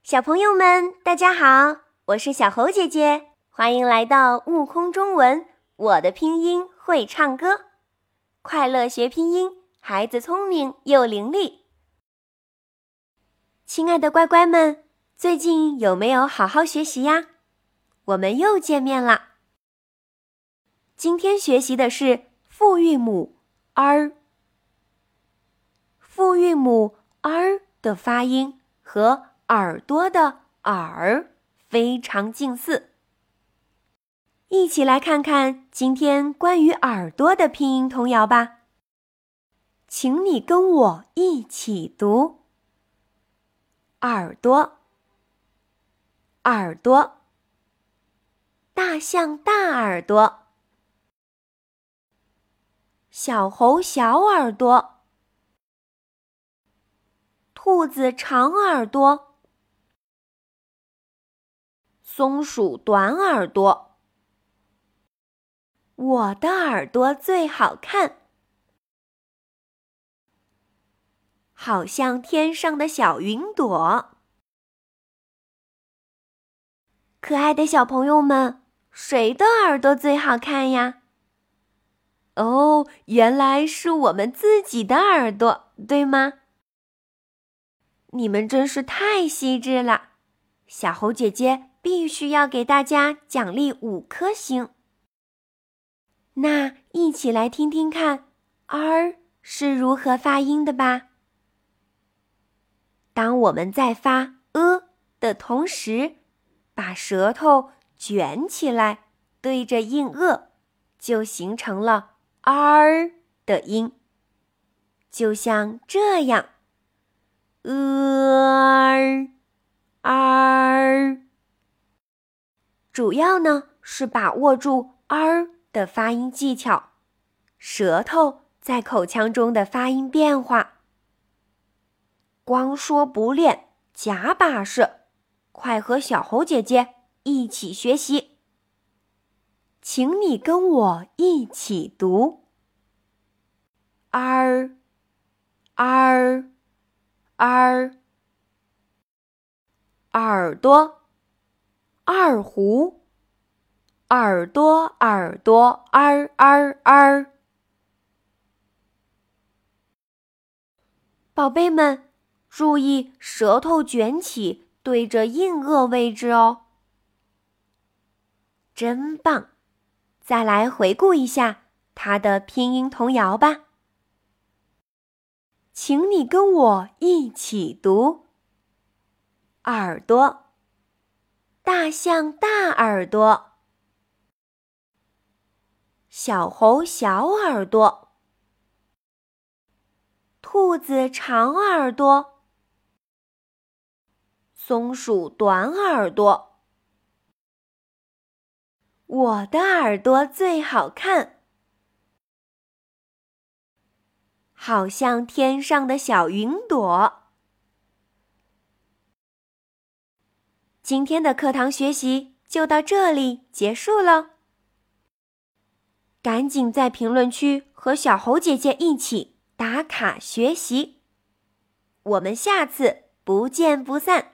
小朋友们，大家好，我是小猴姐姐，欢迎来到悟空中文，我的拼音会唱歌，快乐学拼音，孩子聪明又伶俐。亲爱的乖乖们，最近有没有好好学习呀？我们又见面了。今天学习的是复韵母 r， 复韵母 r 的发音和耳朵的耳非常近似。一起来看看今天关于耳朵的拼音童谣吧。请你跟我一起读。耳朵，耳朵，大象大耳朵，小猴小耳朵，兔子长耳朵，松鼠短耳朵，我的耳朵最好看，好像天上的小云朵。可爱的小朋友们，谁的耳朵最好看呀？哦，原来是我们自己的耳朵，对吗？你们真是太细致了，小猴姐姐必须要给大家奖励5颗星。那一起来听听看 R 是如何发音的吧。当我们在发的同时，把舌头卷起来，对着硬腭，就形成了 R 的音，就像这样主要呢是把握住 R 的发音技巧，舌头在口腔中的发音变化。光说不练，假把式，快和小猴姐姐一起学习。请你跟我一起读 R， 耳朵，二胡，耳朵耳朵宝贝们，注意舌头卷起，对着硬腭位置哦。真棒！再来回顾一下它的拼音童谣吧。请你跟我一起读。耳朵，大象大耳朵，小猴小耳朵，兔子长耳朵，松鼠短耳朵，我的耳朵最好看，好像天上的小云朵。今天的课堂学习就到这里结束了。赶紧在评论区和小猴姐姐一起打卡学习。我们下次不见不散。